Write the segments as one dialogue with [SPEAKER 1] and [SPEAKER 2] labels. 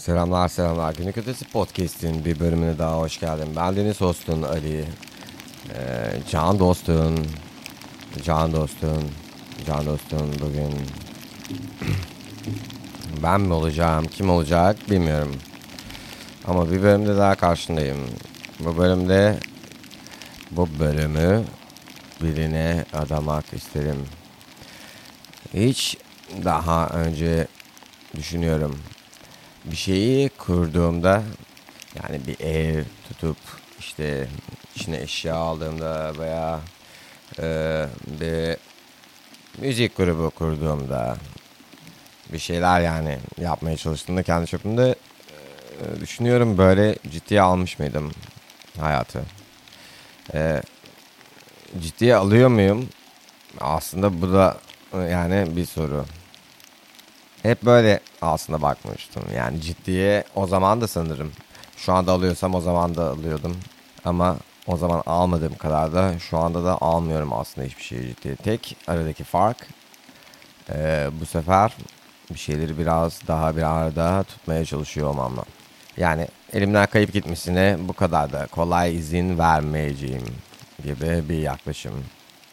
[SPEAKER 1] Selamlar selamlar. Günlük Ötesi Podcast'in bir bölümüne daha hoş geldin. Ben Deniz Host'un Ali. Can dostum. Can dostum. Can dostum bugün ben mi olacağım, kim olacak bilmiyorum. Ama bir bölümde daha karşındayım. Bu bölümü birine adamak isterim. Hiç daha önce düşünüyorum. Bir şeyi kurduğumda, yani bir ev tutup işte içine eşya aldığımda veya bir müzik grubu kurduğumda, bir şeyler yani yapmaya çalıştığımda kendi çapımda düşünüyorum, böyle ciddiye almış mıydım hayatı? E, Ciddiye alıyor muyum? Aslında bu da yani bir soru. Hep böyle aslında bakmıştım. Yani ciddiye o zaman da sanırım. Şu anda alıyorsam o zaman da alıyordum. Ama o zaman almadığım kadar da şu anda da almıyorum aslında hiçbir şeyi ciddiye. Tek aradaki fark bu sefer bir şeyleri biraz daha bir arada tutmaya çalışıyor olmamla. Yani elimden kayıp gitmesine bu kadar da kolay izin vermeyeceğim gibi bir yaklaşım.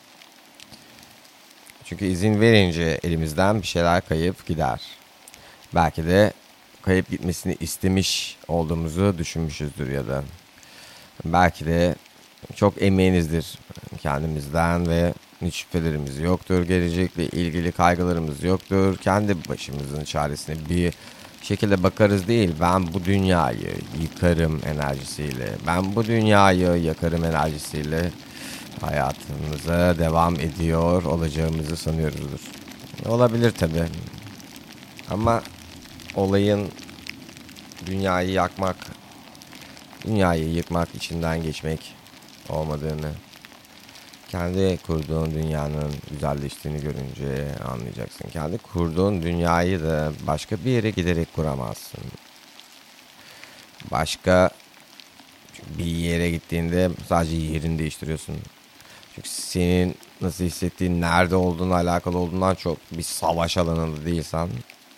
[SPEAKER 1] Çünkü izin verince elimizden bir şeyler kayıp gider. Belki de kayıp gitmesini istemiş olduğumuzu düşünmüşüzdür ya da belki de çok emeğinizdir kendimizden ve hiç şüphelerimiz yoktur. Gelecekle ilgili kaygılarımız yoktur. Kendi başımızın çaresine bir şekilde bakarız değil. Ben bu dünyayı yıkarım enerjisiyle. Ben bu dünyayı yakarım enerjisiyle hayatımıza devam ediyor olacağımızı sanıyoruzdur. Olabilir tabii. Ama olayın dünyayı yakmak, dünyayı yıkmak, içinden geçmek olmadığını, kendi kurduğun dünyanın güzelleştiğini görünce anlayacaksın. Kendi kurduğun dünyayı da başka bir yere giderek kuramazsın. Başka bir yere gittiğinde sadece yerini değiştiriyorsun. Çünkü senin nasıl hissettiğin, nerede olduğuna alakalı olduğundan çok bir savaş alanında değilsen,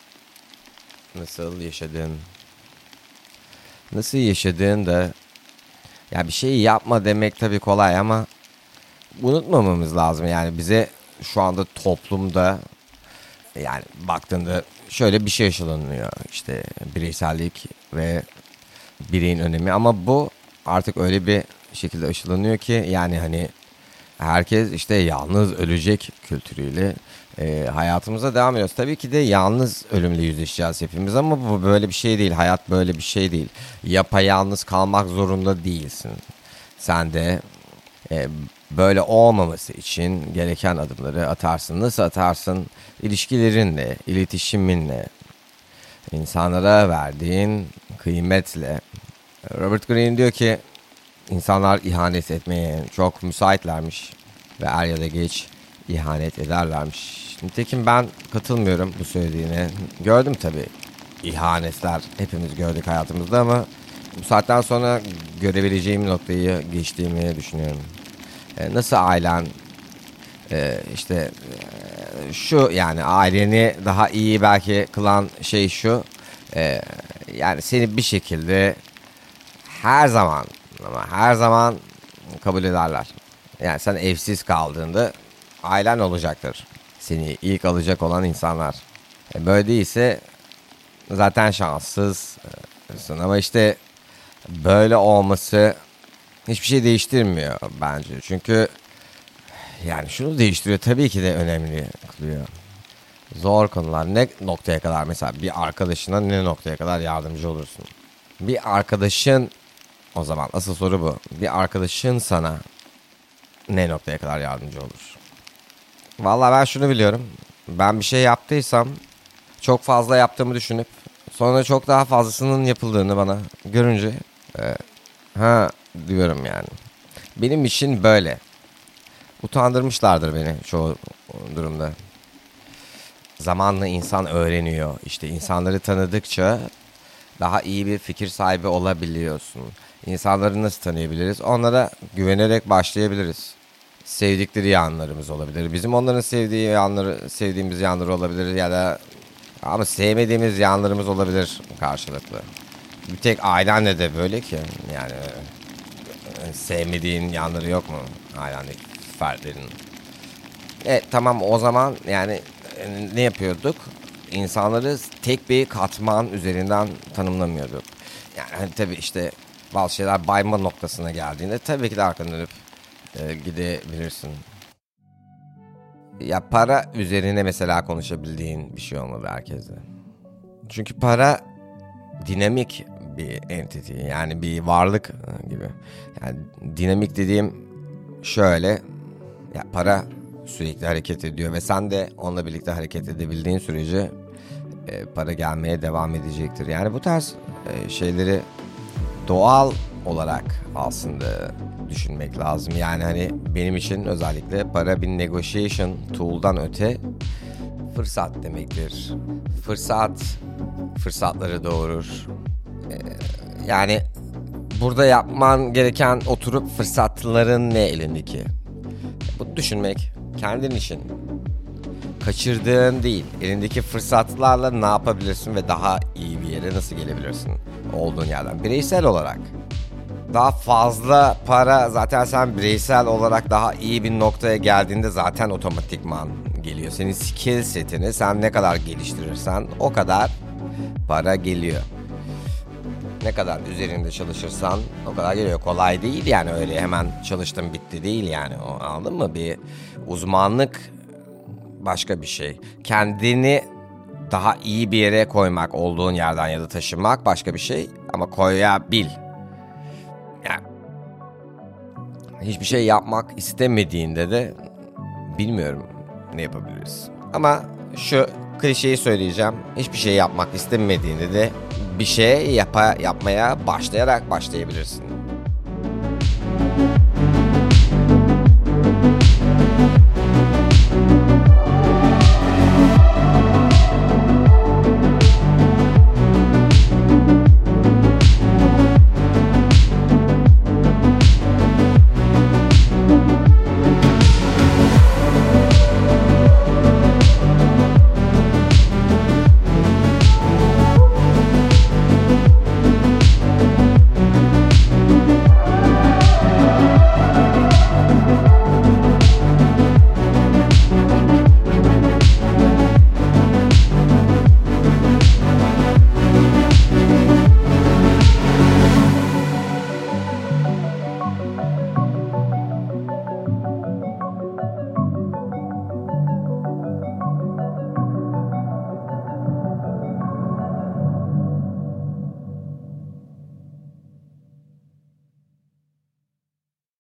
[SPEAKER 1] nasıl yaşadığın da, ya bir şeyi yapma demek tabii kolay ama unutmamamız lazım. Yani bize şu anda toplumda, yani baktığında şöyle bir şey yaşanıyor, işte bireysellik ve bireyin önemi, ama bu artık öyle bir şekilde aşılanıyor ki yani hani herkes işte yalnız ölecek kültürüyle hayatımıza devam ediyoruz. Tabii ki de yalnız ölümle yüzleşeceğiz hepimiz ama bu böyle bir şey değil. Hayat böyle bir şey değil. Yapayalnız kalmak zorunda değilsin. Sen de e, böyle olmaması için gereken adımları atarsın. Nasıl atarsın? İlişkilerinle, iletişiminle, insanlara verdiğin kıymetle. Robert Greene diyor ki insanlar ihanet etmeye çok müsaitlermiş ve er ya da geç ihanet ederlermiş. Nitekim ben katılmıyorum bu söylediğine. Gördüm tabii, ihanetler hepimiz gördük hayatımızda ama bu saatten sonra görebileceğim noktayı geçtiğimi düşünüyorum. Nasıl ailen işte şu, yani aileni daha iyi belki kılan şey şu, yani seni bir şekilde her zaman, ama her zaman kabul ederler. Yani sen evsiz kaldığında ailen olacaktır. Seni ilk alacak olan insanlar. Böyle değilse zaten şanssızsın. Ama işte böyle olması hiçbir şey değiştirmiyor bence. Çünkü yani şunu değiştiriyor, tabii ki de önemli kılıyor. Zor konular ne noktaya kadar, mesela bir arkadaşına ne noktaya kadar yardımcı olursun? Bir arkadaşın, o zaman asıl soru bu. Bir arkadaşın sana ne noktaya kadar yardımcı olur? Vallahi ben şunu biliyorum. Ben bir şey yaptıysam çok fazla yaptığımı düşünüp sonra çok daha fazlasının yapıldığını bana görünce e, ha diyorum yani. Benim için böyle. Utandırmışlardır beni çoğu durumda. Zamanla insan öğreniyor. İşte insanları tanıdıkça daha iyi bir fikir sahibi olabiliyorsun. İnsanları nasıl tanıyabiliriz? Onlara güvenerek başlayabiliriz. Sevdikleri yanlarımız olabilir. Bizim onların sevdiğimiz yanları olabilir ya da Ama sevmediğimiz yanlarımız olabilir karşılıklı. Bir tek ailenle de böyle ki. Yani sevmediğin yanları yok mu ailendeki fertlerin? Tamam, o zaman yani ne yapıyorduk? İnsanları tek bir katman üzerinden tanımlamıyorduk. Yani hani tabii işte bazı şeyler bayma noktasına geldiğinde tabii ki de arkanı dönüp gidebilirsin. Ya para üzerine mesela konuşabildiğin bir şey olmalı herkese. Çünkü para dinamik bir entity, yani bir varlık gibi. Yani dinamik dediğim şöyle, ya para sürekli hareket ediyor ve sen de onunla birlikte hareket edebildiğin sürece para gelmeye devam edecektir. Yani bu tarz şeyleri doğal olarak aslında düşünmek lazım. Yani hani benim için özellikle para bir negotiation tool'dan öte fırsat demektir. Fırsat fırsatları doğurur. Yani burada yapman gereken oturup fırsatların ne elindeki? Bu düşünmek kendin için. Kaçırdığın değil, elindeki fırsatlarla ne yapabilirsin ve daha iyi bir yere nasıl gelebilirsin olduğun yerden. Bireysel olarak. Daha fazla para, zaten sen bireysel olarak daha iyi bir noktaya geldiğinde zaten otomatikman geliyor. Senin skill setini sen ne kadar geliştirirsen o kadar para geliyor. Ne kadar üzerinde çalışırsan o kadar geliyor. Kolay değil yani, öyle hemen çalıştım bitti değil yani. Anladın mı? Bir uzmanlık başka bir şey. Kendini daha iyi bir yere koymak, olduğun yerden ya da taşımak başka bir şey. Ama koyabil. Yani hiçbir şey yapmak istemediğinde de bilmiyorum ne yapabiliriz. Ama şu klişeyi söyleyeceğim. Hiçbir şey yapmak istemediğinde de bir şey yapmaya başlayarak başlayabilirsin.